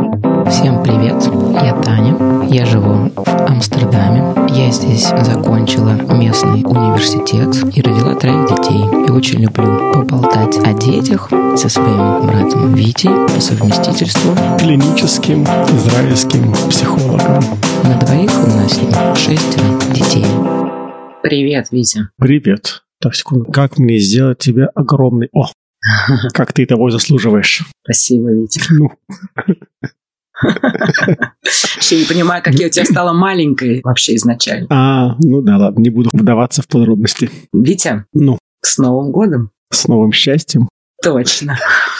Всем привет, я Таня, я живу в Амстердаме. Я здесь закончила местный университет и родила 3 детей. И очень люблю поболтать о детях со своим братом Витей по совместительству. Клиническим израильским психологом. На двоих у нас с ним 6 детей. Привет, Витя. Привет. Так, секунду. Как мне сделать тебе огромный... О! Как ты того заслуживаешь. Спасибо, Витя. Ну... Вообще не понимаю, как я у тебя стала маленькой вообще изначально. Ну да, ладно, не буду вдаваться в подробности. Витя, Ну? С Новым годом. С новым счастьем. Точно.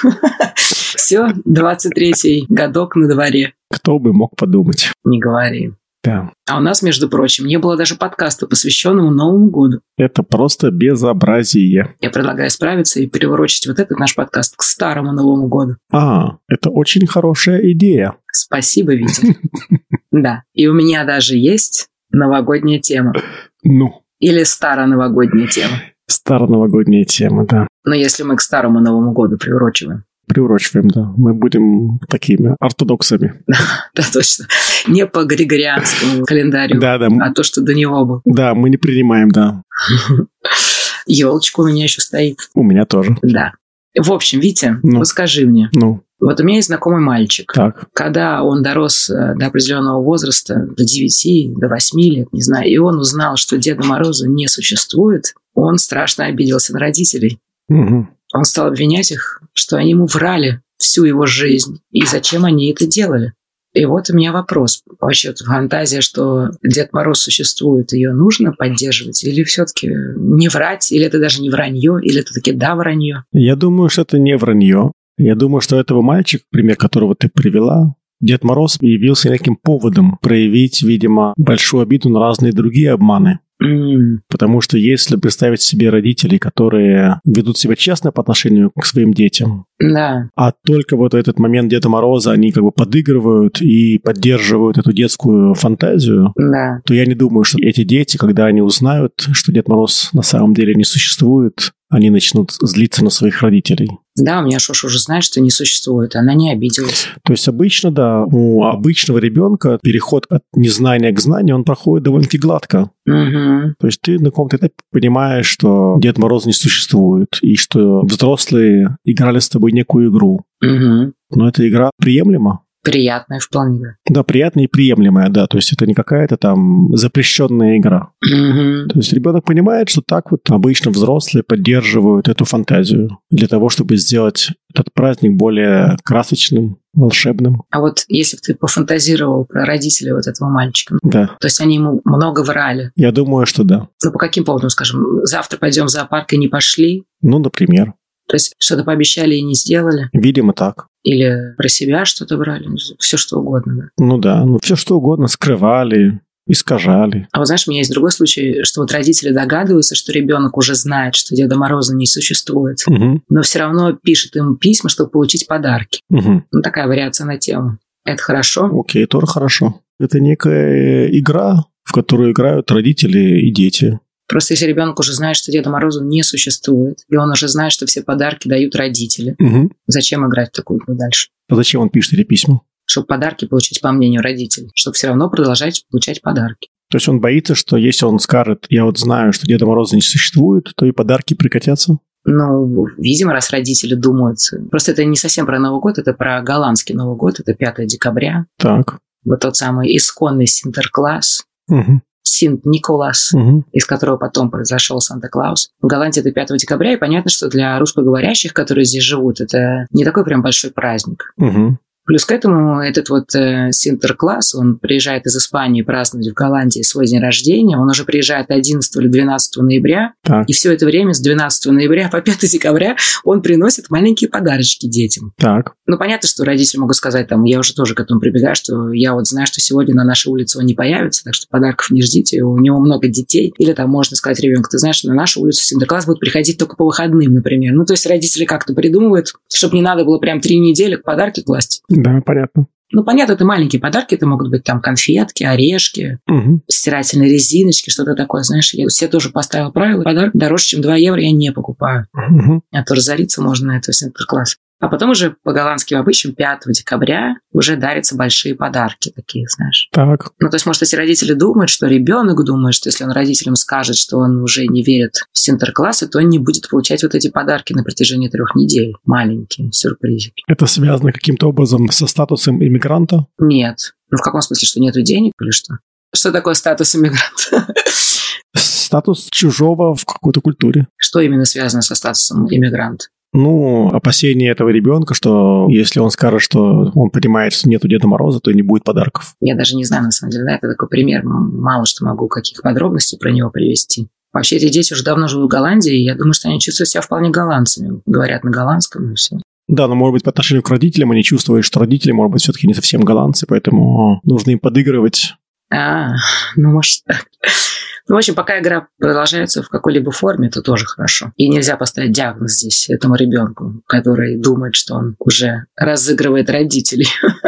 Все, 23-й годок на дворе. Кто бы мог подумать. Не говори. Да. А у нас, между прочим, не было даже подкаста, посвященного Новому году. Это просто безобразие. Я предлагаю справиться и переворочить вот этот наш подкаст к старому Новому году. Это очень хорошая идея. Спасибо, Витя. Да, и у меня даже есть новогодняя тема. Ну? Или старо-новогодняя тема. Старо-новогодняя тема, да. Но если мы к старому Новому году приурочиваем. Приурочиваем, да. Мы будем такими ортодоксами. Да, точно. Не по григорианскому календарю, а то, что до него был. Да, мы не принимаем, да. Елочка у меня еще стоит. У меня тоже. Да. В общем, Витя, вот скажи мне. Вот у меня есть знакомый мальчик. Так. Когда он дорос до определенного возраста, до 9, до 8 лет, не знаю, и он узнал, что Деда Мороза не существует, он страшно обиделся на родителей. Угу. Он стал обвинять их, что они ему врали всю его жизнь. И зачем они это делали? И вот у меня вопрос. Вообще, фантазия, что Дед Мороз существует, ее нужно поддерживать? Или все-таки не врать? Или это даже не вранье? Или это таки да, вранье? Я думаю, что это не вранье. Я думаю, что этого мальчика, пример которого ты привела, Дед Мороз явился неким поводом проявить, видимо, большую обиду на разные другие обманы. Потому что если представить себе родителей, которые ведут себя честно по отношению к своим детям, да. А только вот в этот момент Деда Мороза они как бы подыгрывают и поддерживают эту детскую фантазию, да. То я не думаю, что эти дети, когда они узнают, что Дед Мороз на самом деле не существует, они начнут злиться на своих родителей. Да, у меня Шоша уже знает, что не существует, она не обиделась. То есть обычно, да, у обычного ребенка переход от незнания к знанию, он проходит довольно-таки гладко. Угу. То есть ты на каком-то этапе понимаешь, что Дед Мороз не существует, и что взрослые играли с тобой некую игру. Угу. Но эта игра приемлема. Приятная вполне. Да, приятная и приемлемая, да. То есть это не какая-то там запрещенная игра. Угу. То есть ребенок понимает, что так вот обычно взрослые поддерживают эту фантазию для того, чтобы сделать этот праздник более красочным, волшебным. А вот если бы ты пофантазировал про родителей вот этого мальчика, да. То есть они ему много врали? Я думаю, что да. Ну, по каким поводам, скажем, завтра пойдем в зоопарк и не пошли? Ну, например. То есть что-то пообещали и не сделали? Видимо, так. Или про себя что-то брали? Все что угодно, да? Ну да, все что угодно скрывали, искажали. А вот знаешь, у меня есть другой случай, что вот родители догадываются, что ребенок уже знает, что Деда Мороза не существует, но все равно пишет им письма, чтобы получить подарки. Ну, такая вариация на тему. Это хорошо? Окей, тоже хорошо. Это некая игра, в которую играют родители и дети. Просто если ребенок уже знает, что Деда Мороза не существует, и он уже знает, что все подарки дают родители, зачем играть в такую игру дальше? А зачем он пишет эти письма? Чтобы подарки получить, по мнению родителей. Чтобы все равно продолжать получать подарки. То есть он боится, что если он скажет, я вот знаю, что Деда Мороза не существует, то и подарки прекратятся? Ну, видимо, раз родители думают... Просто это не совсем про Новый год, это про голландский Новый год, это 5 декабря. Так. Вот тот самый исконный Синтерклас. Синт-Николас, из которого потом произошел Санта-Клаус. В Голландии это 5 декабря, и понятно, что для русскоговорящих, которые здесь живут, это не такой прям большой праздник. Плюс к этому этот вот Синтерклас, он приезжает из Испании праздновать в Голландии свой день рождения, он уже приезжает 11 или 12 ноября, так. И все это время с 12 ноября по 5 декабря он приносит маленькие подарочки детям. Так. Ну, понятно, что родители могут сказать, там, я уже тоже к этому прибегаю, что я вот знаю, что сегодня на нашей улице он не появится, так что подарков не ждите, у него много детей. Или там можно сказать ребенку, ты знаешь, на нашу улицу Синтерклас будет приходить только по выходным, например. Ну, то есть родители как-то придумывают, чтобы не надо было прям 3 недели подарки класть. Да, понятно. Ну, понятно, это маленькие подарки, это могут быть там конфетки, орешки, стирательные резиночки, что-то такое, знаешь. Я себе тоже поставила правило, подарок дороже, чем 2 евро я не покупаю. А то разориться можно на этого Синтеркласса. А потом уже по голландским обычаям 5 декабря уже дарятся большие подарки такие, знаешь. Так. Ну, то есть, может, эти родители думают, что ребенок думает, что если он родителям скажет, что он уже не верит в Синтерклассы, то он не будет получать вот эти подарки на протяжении 3 недель. Маленькие сюрпризики. Это связано каким-то образом со статусом иммигранта? Нет. Ну, в каком смысле, что нету денег или что? Что такое статус иммигранта? Статус чужого в какой-то культуре. Что именно связано со статусом иммигранта? Ну, опасение этого ребенка, что если он скажет, что он понимает, что нету Деда Мороза, то не будет подарков. Я даже не знаю, на самом деле, да, это такой пример. Мало что могу каких подробностей про него привести. Вообще, эти дети уже давно живут в Голландии, и я думаю, что они чувствуют себя вполне голландцами. Говорят на голландском и все. Да, но, может быть, по отношению к родителям они чувствуют, что родители, может быть, все-таки не совсем голландцы, поэтому нужно им подыгрывать. Ну, может, так. Ну, в общем, пока игра продолжается в какой-либо форме, то тоже хорошо. И нельзя поставить диагноз здесь этому ребенку, который думает, что он уже разыгрывает родителей.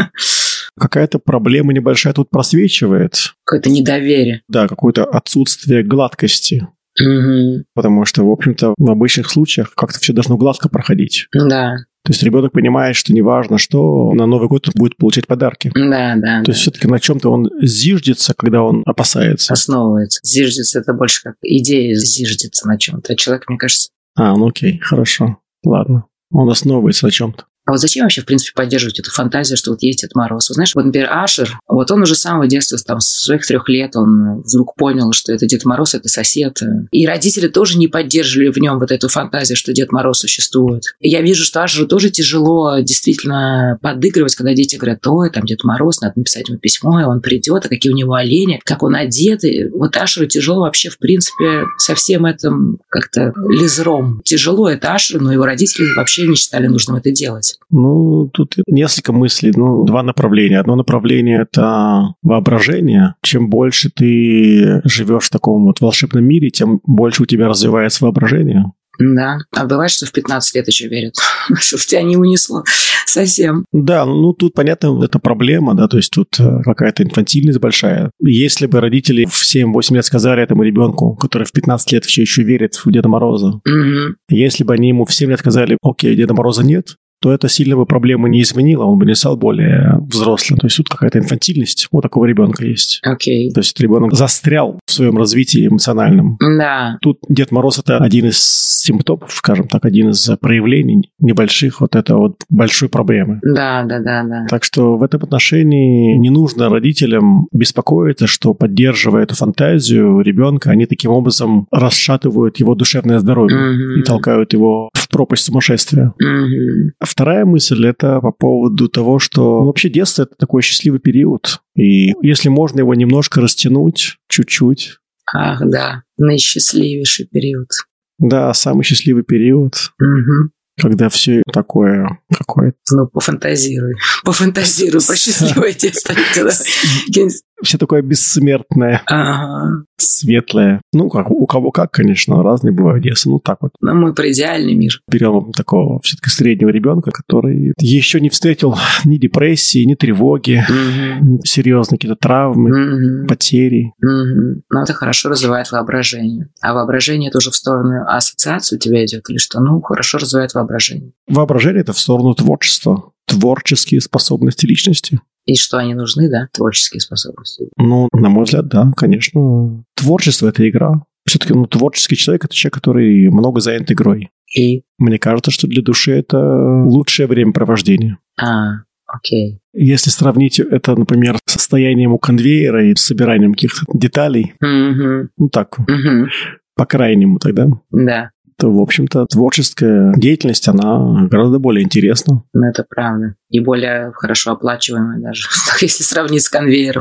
Какая-то проблема небольшая тут просвечивает. Какое-то недоверие. Да, какое-то отсутствие гладкости. Угу. Потому что, в общем-то, в обычных случаях как-то все должно гладко проходить. Да. То есть ребенок понимает, что неважно, что на Новый год он будет получать подарки. Да. То есть все-таки на чем-то он зиждется, когда он опасается. Основывается. Зиждется — это больше как идея зиждется на чем-то. А человек, мне кажется... Ну окей, хорошо. Ладно. Он основывается на чем-то. А вот зачем вообще, в принципе, поддерживать эту фантазию, что вот есть Дед Мороз? Вот знаешь, вот, например, Ашер, вот он уже с самого детства, там, с своих 3 лет, он вдруг понял, что это Дед Мороз, это сосед. И родители тоже не поддерживали в нем вот эту фантазию, что Дед Мороз существует. И я вижу, что Ашеру тоже тяжело действительно подыгрывать, когда дети говорят: ой, там Дед Мороз, надо написать ему письмо, и он придет, а какие у него олени, как он одет. И вот Ашеру тяжело вообще, в принципе, со всем этим как-то лизром. Тяжело это Ашеру, но его родители вообще не считали нужным это делать. Ну, тут несколько мыслей, 2 направления. Одно направление – это воображение. Чем больше ты живешь в таком вот волшебном мире, тем больше у тебя развивается воображение. Да, а бывает, что в 15 лет еще верят, что тебя не унесло совсем. Да, тут, понятно, это проблема, да, то есть тут какая-то инфантильность большая. Если бы родители в 7-8 лет сказали этому ребенку, который в 15 лет все еще верит в Деда Мороза, если бы они ему в 7 лет сказали: окей, Деда Мороза нет, то это сильно бы проблему не изменило, он бы не стал более взрослым. То есть тут какая-то инфантильность у такого ребенка есть. Окей. То есть ребенок застрял в своем развитии эмоциональном. Да. Тут Дед Мороз – это один из симптомов, скажем так, один из проявлений небольших вот этой вот большой проблемы. Да. Так что в этом отношении не нужно родителям беспокоиться, что, поддерживая эту фантазию ребенка, они таким образом расшатывают его душевное здоровье и толкают его в пропасть сумасшествия. Вторая мысль – это по поводу того, что вообще детство – это такой счастливый период. И если можно его немножко растянуть, чуть-чуть. Ах, да, наисчастливейший период. Да, самый счастливый период. Когда все такое какое-то... Ну, пофантазируй про счастливое детство. Все такое бессмертное, светлое. Ну, как, у кого как, конечно, разные бывают детства. Ну, так вот. Но мы про идеальный мир. Берем такого все-таки среднего ребенка, который еще не встретил ни депрессии, ни тревоги, ни серьезные какие-то травмы, потери. Но это хорошо развивает воображение. А воображение тоже в сторону ассоциации у тебя идет или что? Ну, хорошо развивает воображение. Воображение – это в сторону творчества. Творческие способности личности. И что они нужны, да, творческие способности? Ну, на мой взгляд, да, конечно. Творчество – это игра. Все-таки творческий человек – это человек, который много занят игрой. И? Мне кажется, что для души это лучшее времяпровождение. Окей. Если сравнить это, например, с состоянием у конвейера и собиранием каких-то деталей, ну так, по крайнему тогда. Да. То, в общем-то, творческая деятельность, она гораздо более интересна. Ну, это правда. И более хорошо оплачиваемая даже, если сравнить с конвейером.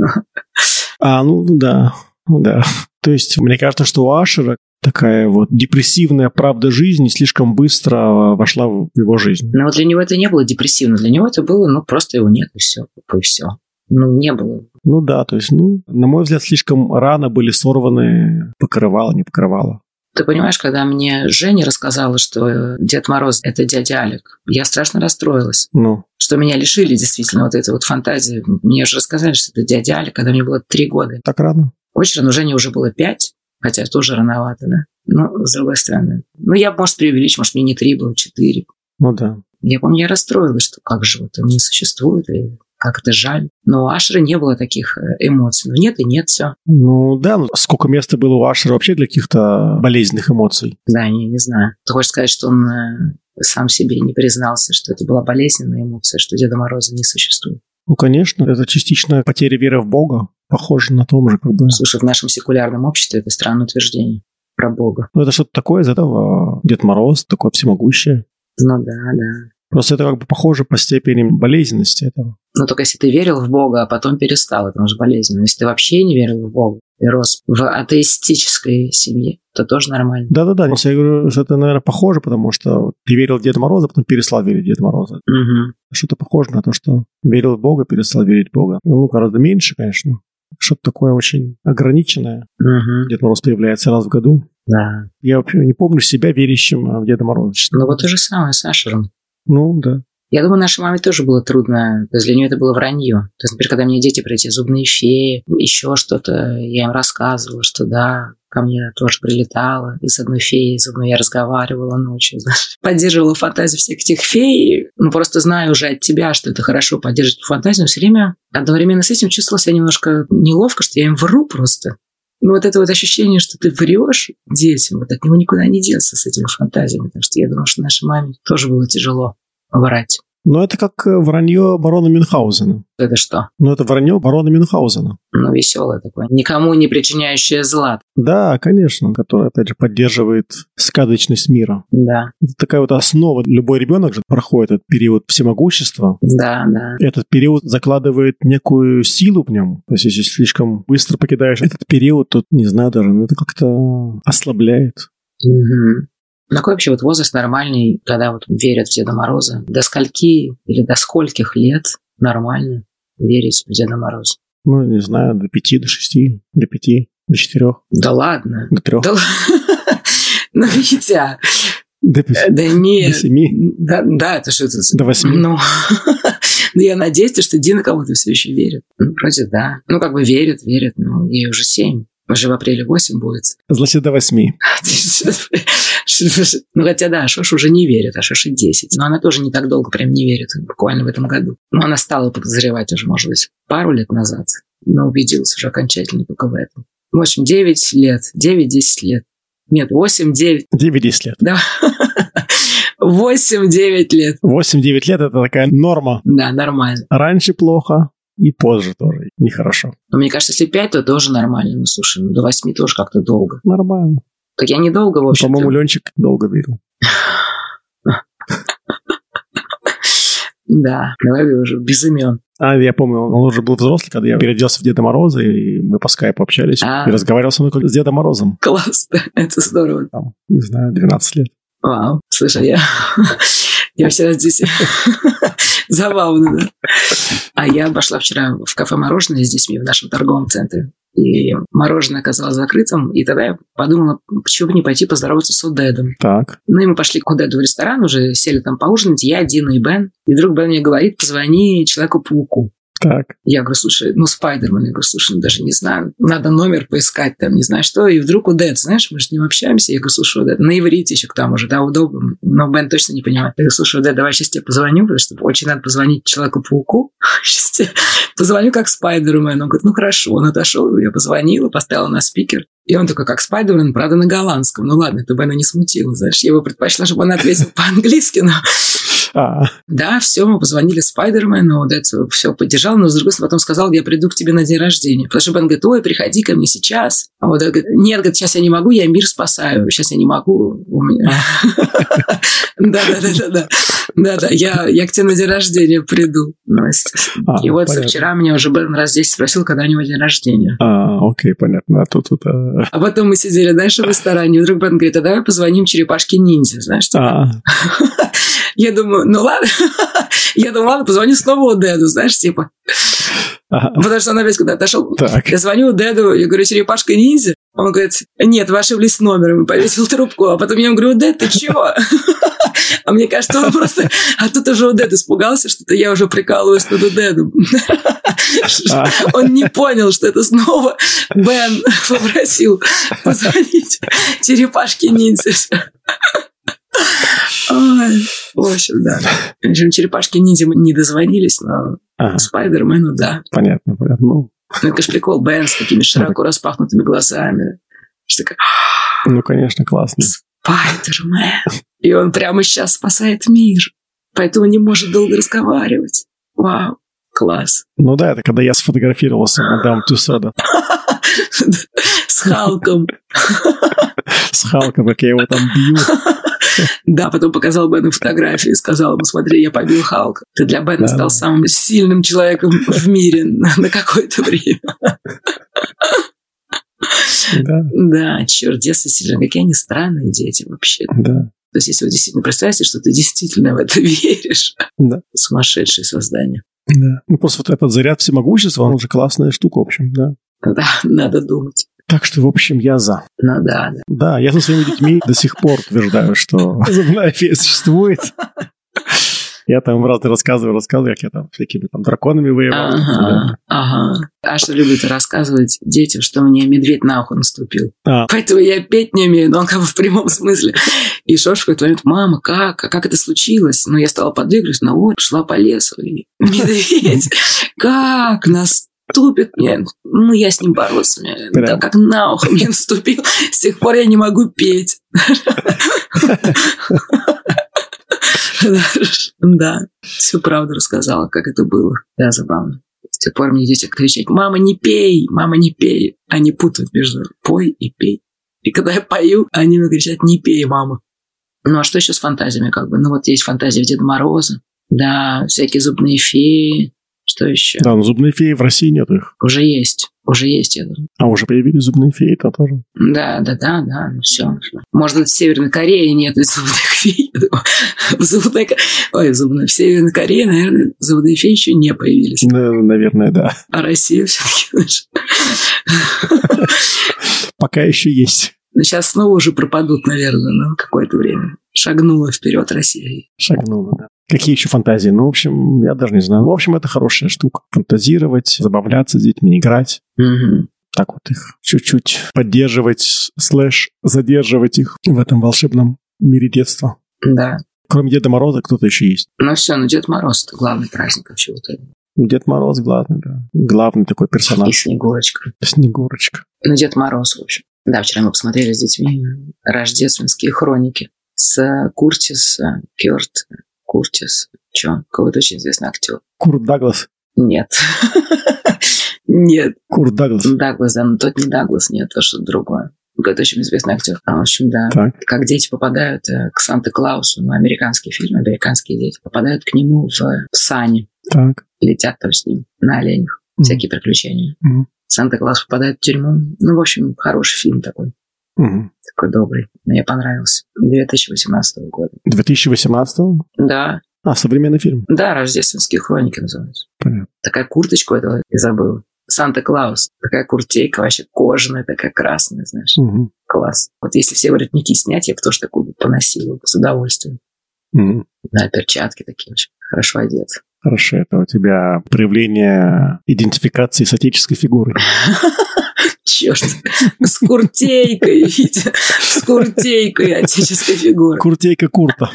Да. То есть, мне кажется, что у Ашера такая вот депрессивная правда жизни слишком быстро вошла в его жизнь. Но вот для него это не было депрессивно. Для него это было, просто его нет, и все. Не было. Ну да, то есть, на мой взгляд, слишком рано были сорваны покрывало, не покрывало. Ты понимаешь, когда мне Женя рассказала, что Дед Мороз – это дядя Алик, я страшно расстроилась. Что меня лишили действительно вот этой вот фантазии. Мне же рассказали, что это дядя Алик, когда мне было 3 года. Так рано? Очень рано. Жене уже было 5, хотя тоже рановато, да? Но с другой стороны. Я, может, преувеличу, может, мне не 3 было, 4. Ну да. Я помню, я расстроилась, что как же вот он не существует, и как это жаль. Но у Ашера не было таких эмоций. Ну нет и нет, все. Ну да, сколько места было у Ашера вообще для каких-то болезненных эмоций? Да, не знаю. Ты хочешь сказать, что он сам себе не признался, что это была болезненная эмоция, что Деда Мороза не существует? Ну, конечно, это частично потеря веры в Бога. Похоже на том же, как бы. Слушай, в нашем секулярном обществе это странное утверждение про Бога. Ну, это что-то такое из этого. Дед Мороз, такое всемогущее. Ну да. Просто это как бы похоже по степени болезненности этого. Ну, только если ты верил в Бога, а потом перестал, это уже болезненно. Если ты вообще не верил в Бога и рос в атеистической семье, то тоже нормально. Да-да-да. Я говорю, что это, наверное, похоже, потому что ты верил в Деда Мороза, потом перестал верить в Деда Мороза. Угу. Что-то похоже на то, что верил в Бога, перестал верить в Бога. Ну, гораздо меньше, конечно. Что-то такое очень ограниченное. Угу. Дед Мороз появляется раз в году. Да. Я вообще не помню себя верящим в Деда Мороза. Ну, вот то же самое с Ашером. Ну, да. Я думаю, нашей маме тоже было трудно. То есть для нее это было вранье. То есть, например, когда мне дети про эти зубные феи, еще что-то, я им рассказывала, что да, ко мне тоже прилетала. И с одной феей зубной я разговаривала ночью. Поддерживала фантазию всех этих фей. Ну, просто знаю уже от тебя, что это хорошо поддерживать фантазию. Но все время одновременно с этим чувствовала себя немножко неловко, что я им вру просто. Ну, вот это вот ощущение, что ты врешь детям, вот от него никуда не деться с этими фантазиями. Потому что я думаю, что нашей маме тоже было тяжело врать. Но это как вранье барона Мюнхгаузена. Это что? Ну, это вранье барона Мюнхгаузена. Ну, веселое такое. Никому не причиняющее зла. Да, конечно, которое, опять же, поддерживает сказочность мира. Да. Это такая вот основа. Любой ребенок же проходит этот период всемогущества. Да. Этот период закладывает некую силу в нем. То есть, если слишком быстро покидаешь этот период, то, не знаю даже, это как-то ослабляет. Угу. Какой вообще вот возраст нормальный, когда вот верят в Деда Мороза? До скольки или до скольких лет нормально верить в Деда Мороза? Ну, не знаю, до 5, до 6, до 5, до 4. Да ладно. До 3. Ну, Витя. До 5. Да нет. До 7. Да, это что это? До 8. Ну, я надеюсь, что Дина кому-то все еще верит. Ну, вроде да. Ну, как бы верит, но ей уже 7. Уже в апреле 8 будет. Значит, до 8. Ну, хотя да, Шош уже не верит, а Шош и 10. Но она тоже не так долго прям не верит, буквально в этом году. Но она стала подозревать уже, может быть, пару лет назад. Но убедилась уже окончательно только в этом. В общем, 9 лет, 9-10 лет. Нет, 8-9. 9-10 лет. Да. 8-9 лет. 8-9 лет – это такая норма. Да, нормально. Раньше плохо. И позже тоже нехорошо. Но мне кажется, если 5, то тоже нормально. Ну, слушай, до 8 тоже как-то долго. Нормально. Так я недолго, в общем-то. По-моему, Ленчик долго верил. Да, давай уже без имен. Я помню, он уже был взрослый, когда я переоделся в Деда Мороза, и мы по скайпу общались, и разговаривал со мной как с Дедом Морозом. Класс, да, это здорово. Там, не знаю, 12 лет. Вау, слушай, я вчера здесь... Забавно, да? А я пошла вчера в кафе «Мороженое» с детьми в нашем торговом центре. И мороженое оказалось закрытым. И тогда я подумала, почему бы не пойти поздороваться с Одедом. Так. Ну и мы пошли к Одеду в ресторан, уже сели там поужинать. Я, Дина и Бен. И вдруг Бен мне говорит, позвони Человеку-пауку. Так. Я говорю, слушай, Спайдермен. Я говорю, слушай, даже не знаю, надо номер поискать, там, не знаю что. И вдруг Одед, знаешь, мы же с ним общаемся. Я говорю, слушай, Одед, на иврите еще к тому же, да, удобно. Но Бен точно не понимает. Я говорю, слушай, Одед, давай сейчас тебе позвоню, потому что очень надо позвонить Человеку-пауку. Сейчас тебе позвоню как Спайдермен. Он говорит, ну хорошо. Он отошел, я позвонила, поставила на спикер. И он такой, как Спайдермен, правда, на голландском. Ну ладно, это Бена не смутило, знаешь. Я его предпочла, чтобы он ответил по-английски, но... Да, все, мы позвонили Спайдермену, вот это все поддержал, но с другой стороны потом сказал, я приду к тебе на день рождения. Потому что Бен говорит, ой, приходи ко мне сейчас. А вот он говорит, нет, говорит, сейчас я не могу, я мир спасаю. Сейчас я не могу, у меня... Да, я к тебе на день рождения приду. И вот вчера меня уже Бен раз 10 спросил, когда у него день рождения. Окей, понятно. А потом мы сидели дальше в ресторане, и вдруг Бен говорит, а давай позвоним черепашке-ниндзя, знаешь, типа... Я думаю, ладно, позвоню снова Одеду, знаешь, типа. Потому что он опять куда-то отошел. Я звоню Одеду, я говорю, черепашка-ниндзя. Он говорит, нет, вы ошиблись с номером, и повесил трубку. А потом я ему говорю, Одед, ты чего? А мне кажется, он просто... А тут уже Одед испугался, что-то я уже прикалываюсь над Одедом. Он не понял, что это снова Бен попросил позвонить черепашке-ниндзя. Ой, в общем, да. В общем, черепашки-ниндзя не дозвонились, но Спайдермену, да. Понятно. Ну, это ж прикол, Бен с такими широко распахнутыми глазами. Ну, конечно, классно. Спайдермен. И он прямо сейчас спасает мир. Поэтому не может долго разговаривать. Вау, класс. Ну да, это когда я сфотографировался мадам Тюссадо. С Халком. С Халком, как я его там бью. Да, потом показал Бену фотографию и сказал ему: смотри, я побил Халка. Ты для Бена стал самым сильным человеком в мире на какое-то время. Да, черт, детство сильно. Какие они странные дети вообще. Да. То есть, если вы действительно представите, что ты действительно в это веришь. Да. Сумасшедшее создание. Да. Ну, просто вот этот заряд всемогущества, он уже классная штука, в общем, да. Да, надо думать. Так что, в общем, я за. Ну да. Да, я со своими детьми до сих пор утверждаю, что зубная фея существует. Я там раз рассказываю, как я там всякими там драконами воевал. Ага. А что любит рассказывать детям, что мне медведь на ухо наступил. Поэтому я петь не умею, но он как бы в прямом смысле. И Шоша в какой-то момент: мама, как это случилось? Ну, я стала подвигать, шла по лесу. И медведь, как наступит мне? Ну, я с ним боролся. Да, как на ухо мне наступил. С тех пор я не могу петь. Да, всю правду рассказала, как это было. Да, забавно. С тех пор мне дети кричат: мама, не пей, мама, не пей. Они путают между пой и пей. И когда я пою, они мне кричат: не пей, мама. Ну, а что еще с фантазиями, как бы? Ну, вот есть фантазии в Деда Мороза. Да, всякие зубные феи. Что еще? Да, но зубные феи в России нет их. Уже есть, я думаю. А уже появились зубные феи-то тоже? Да, ну все. Может быть, в Северной Корее нет зубных фей. В Северной Корее, наверное, зубные феи еще не появились. Да, наверное, да. А Россия все-таки... Пока еще есть. Но сейчас снова уже пропадут, наверное, на какое-то время. Шагнула вперед Россия. Шагнула, да. Какие еще фантазии? Ну, в общем, я даже не знаю. В общем, это хорошая штука. Фантазировать, забавляться с детьми, играть. Угу. Так вот их чуть-чуть поддерживать, задерживать их в этом волшебном мире детства. Да. Кроме Деда Мороза кто-то еще есть. Ну все, Дед Мороз – это главный праздник вообще вот это. Дед Мороз главный, да. Главный такой персонаж. И Снегурочка. Ну, Дед Мороз, в общем. Да, вчера мы посмотрели с детьми рождественские хроники с Куртис, какой-то очень известный актер. Курт Даглас? Нет. Нет. Курт Даглас? Даглас, да, но тот не Даглас, нет, то что-то другое. Какой-то очень известный актер. В общем, да. Так. Как дети попадают к Санта-Клаусу, американский фильм, американские дети попадают к нему в сани. Так. Летят там с ним на оленях. Всякие приключения. Санта-Клаус попадает в тюрьму. Ну, в общем, хороший фильм такой. Такой добрый. Мне понравился. 2018 года. 2018? Да. Современный фильм? Да, «Рождественские хроники» называются. Понятно. Такая курточка этого я забыла. Санта-Клаус. Такая куртейка вообще кожаная, такая красная, знаешь. Класс. Вот если все воротники снять, я бы тоже такую поносила с удовольствием. Да, перчатки такие очень хорошо одеты. Хорошо, это у тебя проявление идентификации с отеческой фигурой. Черт, с куртейкой, Витя, с куртейкой отеческой фигуры. Куртейка Курта.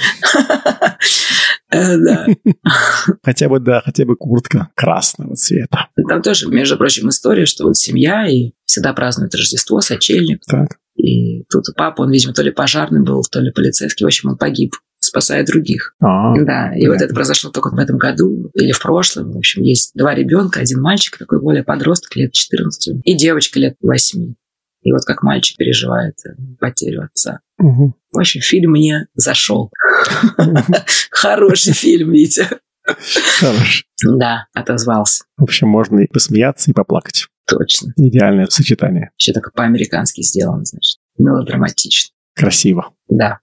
Да. Хотя бы куртка красного цвета. Там тоже, между прочим, история, что вот семья и всегда празднует Рождество, сочельник. Так. И тут папа, он, видимо, то ли пожарный был, то ли полицейский, в общем, он погиб, спасая других. Да, и вот это произошло только в этом году или в прошлом. В общем, есть 2 ребенка, один мальчик, такой более подросток, лет 14, и девочка лет 8. И вот как мальчик переживает потерю отца. В общем, фильм мне зашел. Хороший фильм, Витя. Хорош. Да, отозвался. В общем, можно и посмеяться, и поплакать. Точно. Идеальное сочетание. Еще так по-американски сделано, значит. Мелодраматично. Красиво. Да.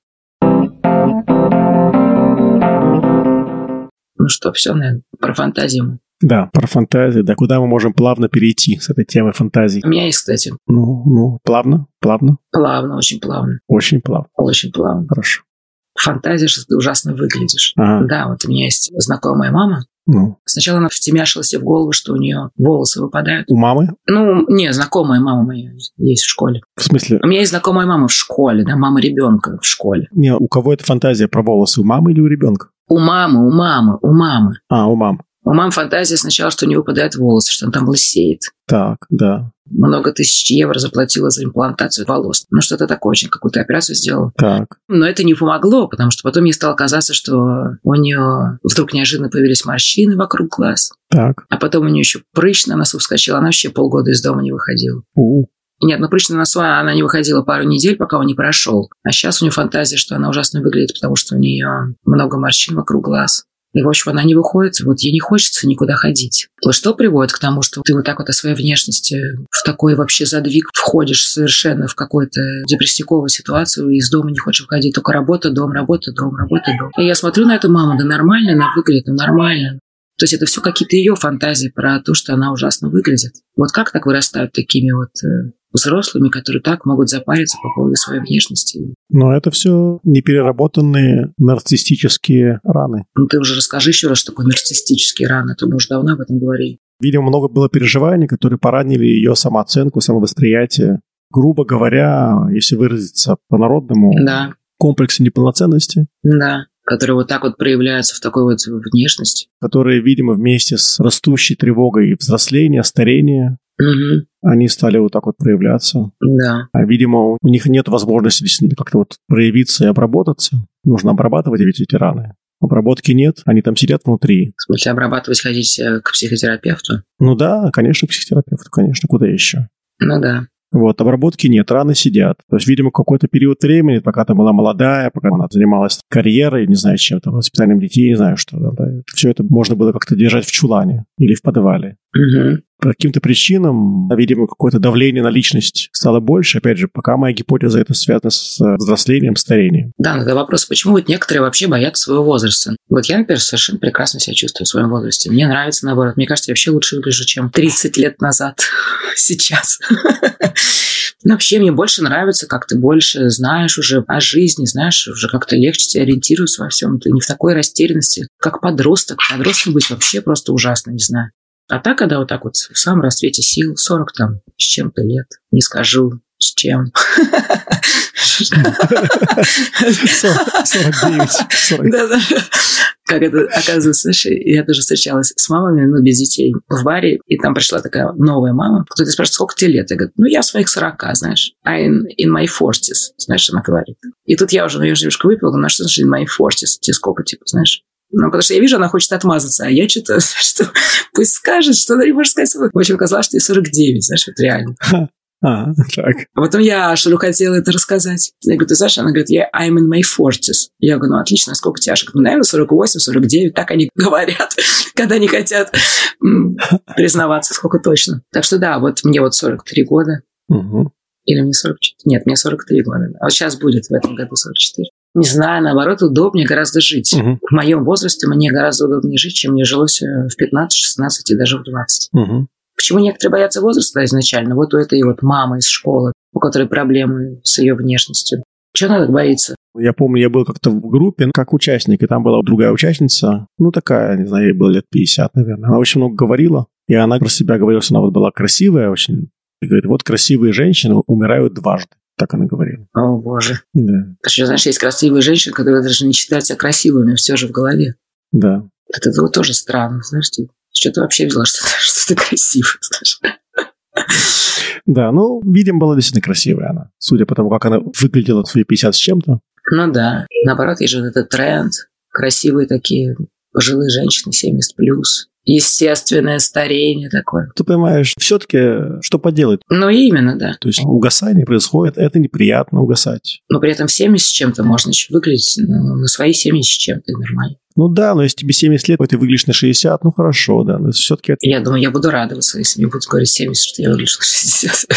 Ну что, все, наверное, про фантазию. Да, про фантазию. Да, куда мы можем плавно перейти с этой темы фантазии? У меня есть, кстати. Ну, плавно? Плавно, очень плавно. Очень плавно? Очень плавно. Хорошо. Фантазия, что ты ужасно выглядишь. Ага. Да, вот у меня есть знакомая мама, Сначала она втемяшила себе в голову, что у нее волосы выпадают. У мамы? Не, знакомая мама моя есть в школе. В смысле? У меня есть знакомая мама в школе, да, мама ребенка в школе. Не, у кого это фантазия про волосы? У мамы или у ребенка? У мамы. У мамы. У мамы фантазия сначала, что у нее выпадают волосы, что она там лысеет. Так, да. Много тысяч евро заплатила за имплантацию волос. Что-то такое, очень какую-то операцию сделала. Так. Но это не помогло, потому что потом ей стало казаться, что у нее вдруг неожиданно появились морщины вокруг глаз. Так. А потом у нее еще прыщ на носу вскочил. Она вообще полгода из дома не выходила. Нет, прыщ на носу она не выходила пару недель, пока он не прошел. А сейчас у нее фантазия, что она ужасно выглядит, потому что у нее много морщин вокруг глаз. И, в общем, она не выходит, ей не хочется никуда ходить. Что приводит к тому, что ты вот так вот о своей внешности в такой вообще задвиг входишь совершенно в какую-то депрессивную ситуацию и из дома не хочешь выходить. Только работа, дом, работа, дом, работа, дом. И я смотрю на эту маму, да нормально она выглядит, нормально. То есть это все какие-то ее фантазии про то, что она ужасно выглядит. Вот как так вырастают такими вот взрослыми, которые так могут запариться по поводу своей внешности? Но это все непереработанные нарциссические раны. Ты уже расскажи еще раз, что такое нарциссические раны. Ты, мы уже давно об этом говорили. Видимо, много было переживаний, которые поранили ее самооценку, самовосприятие. Грубо говоря, если выразиться по-народному, да. Комплексы неполноценности. Да. Которые вот так вот проявляются в такой вот внешности. Которые, видимо, вместе с растущей тревогой взросления, старения, они стали вот так вот проявляться. Да. А, видимо, у них нет возможности действительно как-то вот проявиться и обработаться. Нужно обрабатывать ведь эти раны. Обработки нет, они там сидят внутри. В смысле, обрабатывать ходить к психотерапевту? Да, конечно, к психотерапевту, конечно, куда еще? Да. Вот, обработки нет, раны сидят. То есть, видимо, какой-то период времени, пока ты была молодая, пока она занималась карьерой, не знаю чем-то, воспитанием детей, не знаю что. Да, все это можно было как-то держать в чулане или в подвале. По каким-то причинам, видимо, какое-то давление на личность стало больше. Опять же, пока моя гипотеза это связана с взрослением, старением. Да, но это вопрос, почему вот некоторые вообще боятся своего возраста. Вот я, например, совершенно прекрасно себя чувствую в своем возрасте. Мне нравится, наоборот. Мне кажется, я вообще лучше выгляжу, чем 30 лет назад сейчас. Но вообще мне больше нравится, как ты больше знаешь уже о жизни, знаешь, уже как-то легче тебя ориентируешь во всем. Ты не в такой растерянности, как подросток. Подростком быть вообще просто ужасно, не знаю. А так, когда вот так вот в самом расцвете сил, 40 там с чем-то лет, не скажу с чем. 49. Да. Как это оказывается, слушай, я тоже встречалась с мамами, без детей, в баре, и там пришла такая новая мама. Кто-то спрашивает, сколько тебе лет? Я говорю, я в своих 40, знаешь. I'm in my 40s, знаешь, она говорит. И тут я уже немножко выпила, думаю, что значит in my 40s? Тебе сколько, знаешь? Потому что я вижу, она хочет отмазаться, а я что-то, что пусть скажет, что она не может сказать. В общем, оказалось, что ей 49, знаешь, вот реально. Так. А потом я, что ли, хотела это рассказать. Я говорю, ты знаешь, она говорит, I'm in my 40s. Я говорю, отлично, сколько тебе? Я говорю, наверное, 48, 49, так они говорят, когда не хотят признаваться, сколько точно. Так что да, вот мне вот 43 года. Или мне 44? Нет, мне 43 года. А вот сейчас будет в этом году 44. Не знаю, наоборот, удобнее гораздо жить. В моем возрасте мне гораздо удобнее жить, чем мне жилось в 15, 16 и даже в 20. Почему некоторые боятся возраста изначально? Вот у этой вот мамы из школы, у которой проблемы с ее внешностью. Чего она так боится? Я помню, я был как-то в группе, как участник, и там была другая участница, такая, не знаю, ей было лет 50, наверное. Она очень много говорила, и она про себя говорила, что она вот была красивая очень. И говорит, вот красивые женщины умирают дважды. Так она говорила. О, боже. Да. Ты что, знаешь, есть красивые женщины, которые даже не считают себя красивыми, все же в голове. Да. Это вот тоже странно, знаешь, что ты вообще взяла, что ты красивая, знаешь. Да, видимо, была действительно красивая она. Судя по тому, как она выглядела в свои 50 с чем-то. Да. Наоборот, есть же вот этот тренд. Красивые такие пожилые женщины, 70+. Естественное старение такое. Ты понимаешь, все-таки что поделать? Именно, да. То есть угасание происходит, это неприятно угасать. Но при этом в 70 с чем-то можно еще выглядеть на свои 70 с чем-то, нормально. Да, но если тебе 70 лет, ты выглядишь на 60, хорошо, да, но все-таки... Я думаю, я буду радоваться, если мне будут говорить 70, что я выгляжу на 60.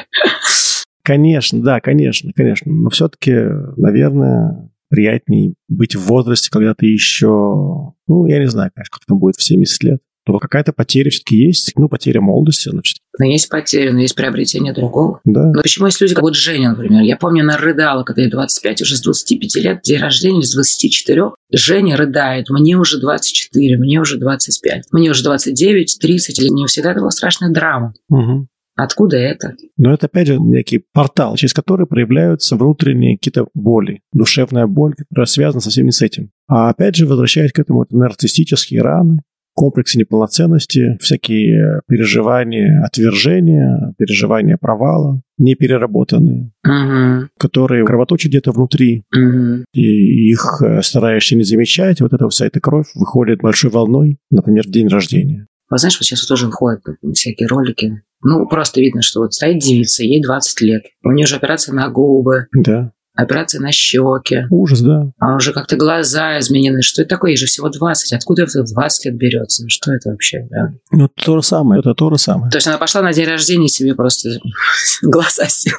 Конечно, да, конечно. Но все-таки, наверное, приятнее быть в возрасте, когда ты еще... я не знаю, конечно, как там будет в 70 лет. то какая-то потеря все-таки есть. Потеря молодости, значит. Но есть потеря, но есть приобретение другого. Да. Но почему есть люди, как вот Женя, например? Я помню, она рыдала, когда ей 25, уже с 25 лет, день рождения, с 24. Женя рыдает. Мне уже 24, мне уже 25, мне уже 29, 30. Для нее всегда это была страшная драма. Угу. Откуда это? Но это, опять же, некий портал, через который проявляются внутренние какие-то боли, душевная боль, которая связана совсем не с этим. А опять же, возвращаясь к этому, это нарциссические раны, комплексы неполноценности, всякие переживания отвержения, переживания провала, непереработанные, которые кровоточат где-то внутри, и их стараешься не замечать, вот эта вся эта кровь выходит большой волной, например, в день рождения. Вот знаешь, вот сейчас тоже выходят всякие ролики. Просто видно, что вот стоит девица, ей 20 лет. У нее же операция на губы. Да. Операция на щеки. Ужас, да. А уже как-то глаза изменены. Что это такое? Ей же всего 20. Откуда это 20 лет берется? Что это вообще? Да? То же самое. Это то же самое. То есть она пошла на день рождения себе просто глаза сделала.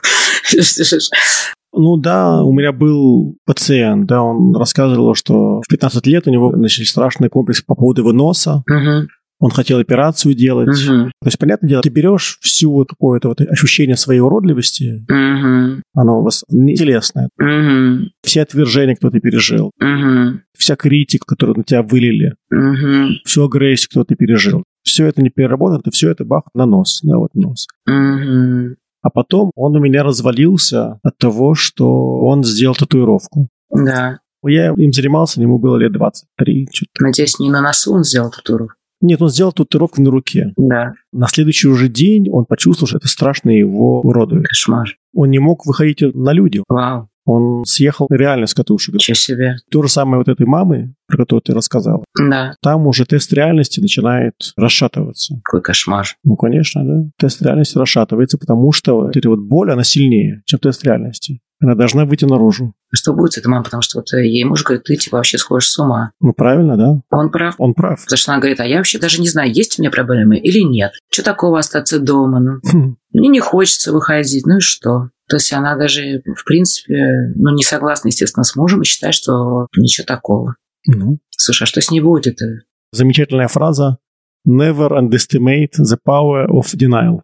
Да, у меня был пациент, да, он рассказывал, что в 15 лет у него начались страшные комплексы по поводу его носа. Он хотел операцию делать. То есть, понятное дело, ты берешь всю вот какое-то вот ощущение своей уродливости, оно у вас не телесное. Все отвержения, кто ты пережил, вся критика, которую на тебя вылили, всю агрессию, которую ты пережил, все это не переработано, ты все это бах на нос, да, вот нос. А потом он у меня развалился от того, что он сделал татуировку. Да. Я им занимался, ему было лет 23. Что-то. Надеюсь, не на носу он сделал татуировку? Нет, он сделал татуировку на руке. Да. На следующий уже день он почувствовал, что это страшно его уродует. Кошмар. Он не мог выходить на люди. Вау. Он съехал реально с катушек. Ничего себе. То же самое вот этой мамы, про которую ты рассказала. Да. Там уже тест реальности начинает расшатываться. Какой кошмар. Конечно, да. Тест реальности расшатывается, потому что вот эта вот боль, она сильнее, чем тест реальности. Она должна выйти наружу. Что будет с этой мамой? Потому что вот ей муж говорит, ты вообще сходишь с ума. Правильно, да. Он прав. Он прав. Потому что она говорит, а я вообще даже не знаю, есть у меня проблемы или нет. Что такого остаться дома? Мне не хочется выходить, и что? То есть она даже, в принципе, не согласна, естественно, с мужем и считает, что ничего такого. Слушай, а что с ней будет? Замечательная фраза «Never underestimate the power of denial».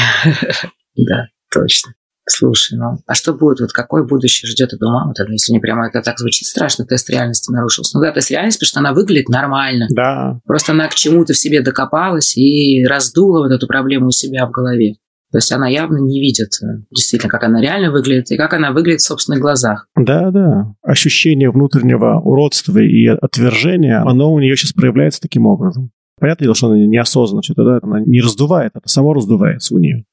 Да, точно. Слушай, а что будет? Вот какое будущее ждет эту маму, если не прямо это так звучит страшно, тест реальности нарушился. Да, тест реальности, потому что она выглядит нормально. Да. Просто она к чему-то в себе докопалась и раздула вот эту проблему у себя в голове. То есть она явно не видит действительно, как она реально выглядит и как она выглядит в собственных глазах. Да. Ощущение внутреннего уродства и отвержения, оно у нее сейчас проявляется таким образом. Понятное дело, что она неосознанно что-то, да, она не раздувает, это само раздувается у нее.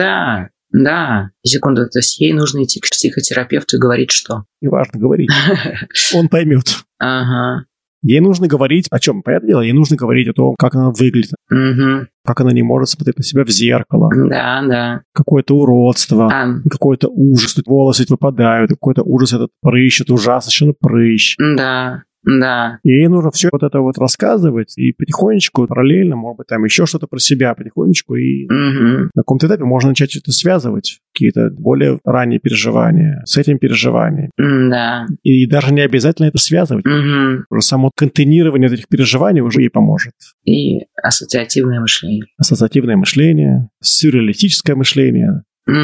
Да. Секунду, то есть ей нужно идти к психотерапевту и говорить что? Неважно говорить. Он поймет. Ага. Ей нужно говорить о чем? Понятное дело, ей нужно говорить о том, как она выглядит. Как она не может смотреть на себя в зеркало. Да. Какое-то уродство, какой-то ужас, волосы выпадают, какой-то ужас, этот прыщ, это ужасно, совершенно прыщ. Да. И ей нужно все вот это вот рассказывать и потихонечку, параллельно, может быть, там еще что-то про себя потихонечку. И на каком-то этапе можно начать это связывать, какие-то более ранние переживания с этим переживанием. Да. И даже не обязательно это связывать. Уже само контейнирование этих переживаний уже ей поможет. И ассоциативное мышление. Ассоциативное мышление, сюрреалистическое мышление,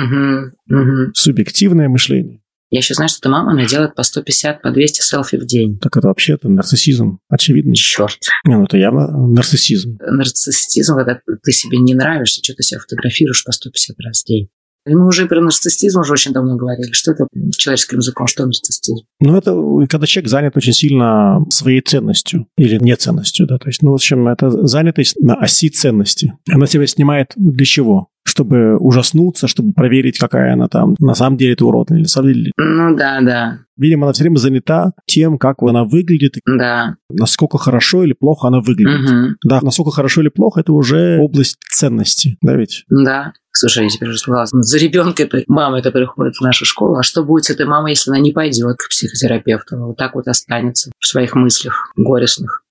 субъективное мышление. Я еще знаю, что эта мама, она делает по 150, по 200 селфи в день. Так это вообще-то нарциссизм, очевидно. Черт. Это явно нарциссизм. Нарциссизм, когда ты себе не нравишься, что ты себя фотографируешь по 150 раз в день. И мы уже про нарциссизм уже очень давно говорили. Что это человеческим языком, что нарциссизм? Это когда человек занят очень сильно своей ценностью или неценностью, да. То есть, в общем, это занятость на оси ценности. Она себя снимает для чего? Чтобы ужаснуться, чтобы проверить, какая она там. На самом деле это уродная или на самом деле... Да. Видимо, она все время занята тем, как она выглядит. Да. Насколько хорошо или плохо она выглядит. Да, насколько хорошо или плохо, это уже область ценности, да ведь? Да. Слушай, я теперь уже согласна. За ребенка этой мамы, которая ходит в нашу школу, а что будет с этой мамой, если она не пойдет к психотерапевту? Вот так вот останется в своих мыслях горестных.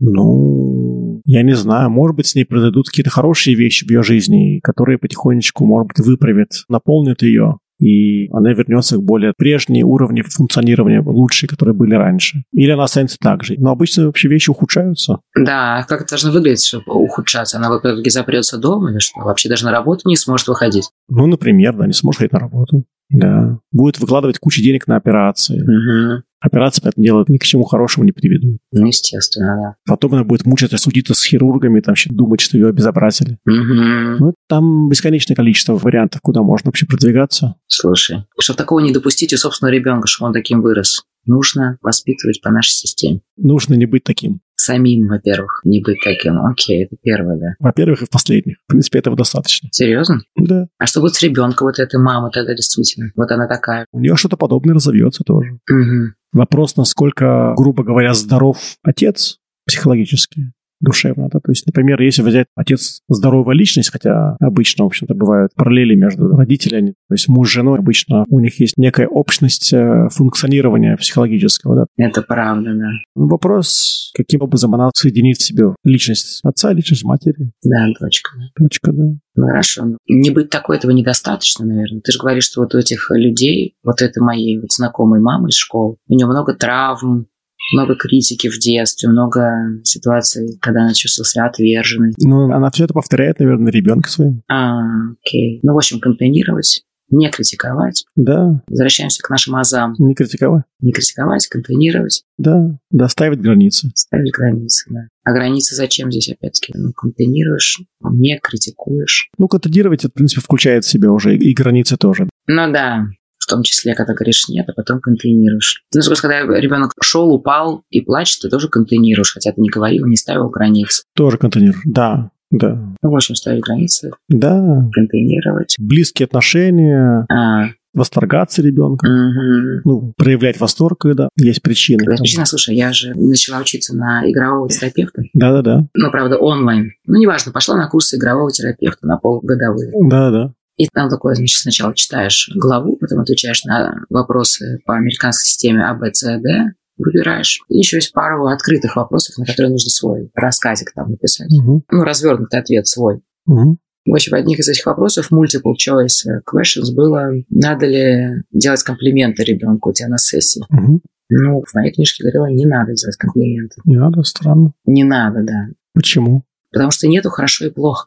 Я не знаю. Может быть, с ней произойдут какие-то хорошие вещи в ее жизни, которые потихонечку, может быть, выправят, наполнят ее и она вернется к более прежним уровням функционирования, лучшие, которые были раньше. Или она останется так же. Но обычно вообще вещи ухудшаются. Да, как это должно выглядеть, чтобы ухудшаться? Она в итоге запрется дома или что? Вообще даже на работу не сможет выходить? Ну, например, да, не сможет ходить на работу. Да. Будет выкладывать кучу денег на операции. Угу. Операции, поэтому дело ни к чему хорошему не приведут. Ну, естественно, да. Потом она будет мучиться, судиться с хирургами, там, думать, что ее обезобразили. Угу. Ну, там бесконечное количество вариантов, куда можно вообще продвигаться. Слушай, чтобы такого не допустить у собственного ребенка, чтобы он таким вырос, нужно воспитывать по нашей системе. Нужно не быть таким. Самим, во-первых, не быть таким. Окей, это первое, да. Во-первых, и в последних. В принципе, этого достаточно. Серьезно? Да. А что будет с ребенком вот этой мамы тогда действительно? Вот она такая. У нее что-то подобное разовьется тоже. Угу. Вопрос, насколько, грубо говоря, здоров отец психологически, душевно. Да? То есть, например, если взять отец здоровая личность, хотя обычно, в общем-то, бывают параллели между родителями, то есть муж с женой, обычно у них есть некая общность функционирования психологического. Да? Это правда, да. Вопрос, каким образом она соединит в себе личность отца, личность матери. Да, дочка. Дочка, да. Ну, хорошо. Не быть такой, этого недостаточно, наверное. Ты же говоришь, что вот у этих людей, вот этой моей вот знакомой мамы из школы, у нее много травм, много критики в детстве, много ситуаций, когда она чувствовала себя отверженной. Ну, она все это повторяет, наверное, ребенка своему. Окей. Ну, в общем, контейнировать, не критиковать. Да. Возвращаемся к нашим азам. Не критиковать. Не критиковать, контейнировать. Да. Да, ставить границы. Ставить границы, да. А границы зачем здесь, опять-таки? Ну, контейнируешь, не критикуешь. Ну, контейнировать, это, в принципе, включает в себя уже и границы тоже. Ну, да. В том числе, когда говоришь нет, а потом контейнируешь. Ну, когда ребенок шел, упал и плачет, ты тоже контейнируешь, хотя ты не говорил, не ставил границ. Тоже контейнируешь, да. Да. Ну, в общем, ставить границы. Да. Контейнировать. Близкие отношения. Восторгаться ребенком. Угу. Ну, проявлять восторг, когда есть причины. Есть причина, слушай, я же начала учиться на игрового терапевта. Да-да-да. Ну, правда, онлайн. Ну, неважно, пошла на курсы игрового терапевта на полугодовые. Да-да. И там такое, значит, сначала читаешь главу, потом отвечаешь на вопросы по американской системе А, Б, С, Д, выбираешь. И еще есть пару открытых вопросов, на которые нужно свой рассказик там написать. Угу. Ну, развернутый ответ свой. Угу. В общем, одних из этих вопросов, multiple choice questions, было, надо ли делать комплименты ребенку у тебя на сессии. Угу. Ну, в моей книжке говорила, не надо делать комплименты. Не надо, странно. Не надо, да. Почему? Потому что нету хорошо и плохо.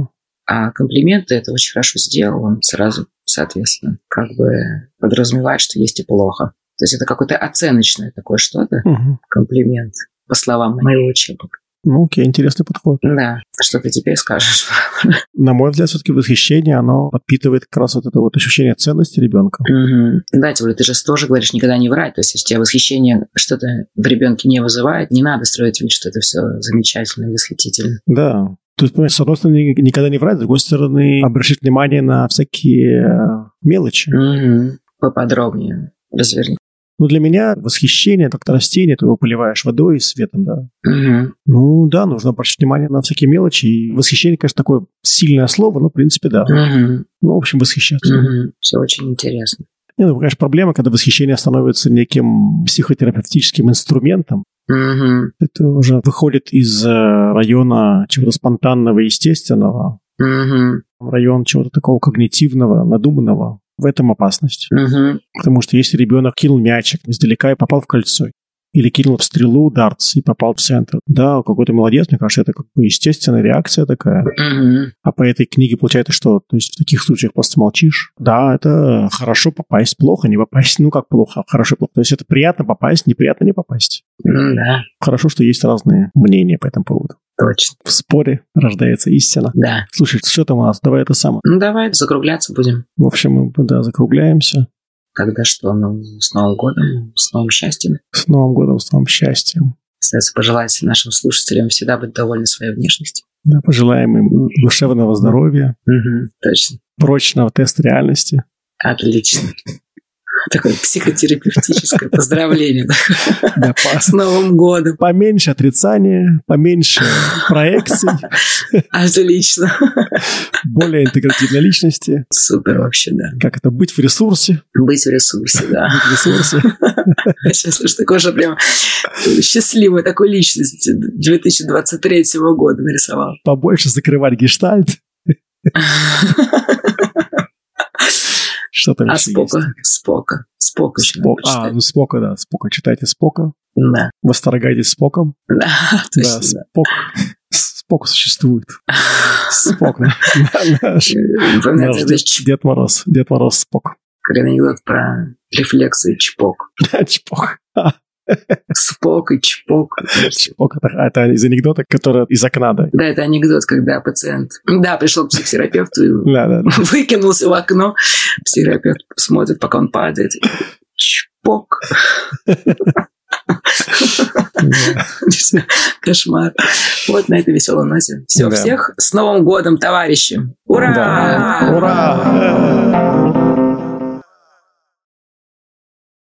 А комплименты это очень хорошо сделал, он сразу, соответственно, как бы подразумевает, что есть и плохо. То есть это какое-то оценочное такое что-то, комплимент, по словам моего учебника. Ну, окей, интересный подход. Да. Что ты теперь скажешь? На мой взгляд, все-таки восхищение, оно подпитывает как раз вот это вот ощущение ценности ребенка. Угу. Да, тем более ты же тоже говоришь никогда не врать. То есть если у тебя восхищение что-то в ребенке не вызывает, не надо строить вид, что это все замечательно и восхитительно. Да. То есть, понимаешь, с одной стороны, никогда не врать, с другой стороны, обращать внимание на всякие мелочи. Угу. Поподробнее разверни. Ну, для меня восхищение, как-то растение, ты его поливаешь водой и светом, да. Угу. Ну, да, нужно обращать внимание на всякие мелочи. И восхищение, конечно, такое сильное слово, но, в принципе, да. Угу. Ну, в общем, восхищаться. Угу. Все очень интересно. Не, ну, конечно, проблема, когда восхищение становится неким психотерапевтическим инструментом. Угу. Это уже выходит из района чего-то спонтанного и естественного. Угу. В район чего-то такого когнитивного, надуманного. В этом опасность. Угу. Потому что если ребенок кинул мячик издалека и попал в кольцо, или кинул в стрелу дартс и попал в центр, да, какой-то молодец, мне кажется, это как бы естественная реакция такая. Угу. А по этой книге получается что? То есть в таких случаях просто молчишь. Да, это хорошо попасть, плохо не попасть. Ну, как плохо, хорошо, плохо. То есть это приятно попасть, неприятно не попасть. Да. Хорошо, что есть разные мнения по этому поводу. Точно. В споре рождается истина. Да. Слушай, что там у нас? Давай это самое. Ну, давай закругляться будем. В общем, мы, да, закругляемся. Тогда что? Ну, с Новым годом, с новым счастьем. С Новым годом, с новым счастьем. Остается пожелать нашим слушателям всегда быть довольны своей внешностью. Да, пожелаем им душевного здоровья. Угу, точно. Прочного теста реальности. Отлично. Такое психотерапевтическое поздравление. Да, с Новым годом. Поменьше отрицания, поменьше проекций. Отлично. Более интегративной личности. Супер вообще, да. Как это? Быть в ресурсе. Быть в ресурсе, да. Быть в ресурсе. Сейчас уж такой же прям счастливой такой личности 2023 года нарисовал. Побольше закрывать гештальт. Что там еще есть? Спока еще Спока, да. Спока. Читайте Спока. Да. Восторгайтесь Споком. Да, точно. Да, Спок существует. Спок, наш Дед Мороз. Дед Мороз Спок. Как анекдот про рефлексы чпок. Чпок. Спок и чпок. Чпок, это из анекдота, который из окна, да? Да, это анекдот, когда пациент, пришел к психотерапевту и выкинулся в окно. Психотерапевт смотрит, пока он падает. Чпок. Кошмар. Вот на этой веселой ноте. Все, всех с Новым годом, товарищи. Ура! Ура!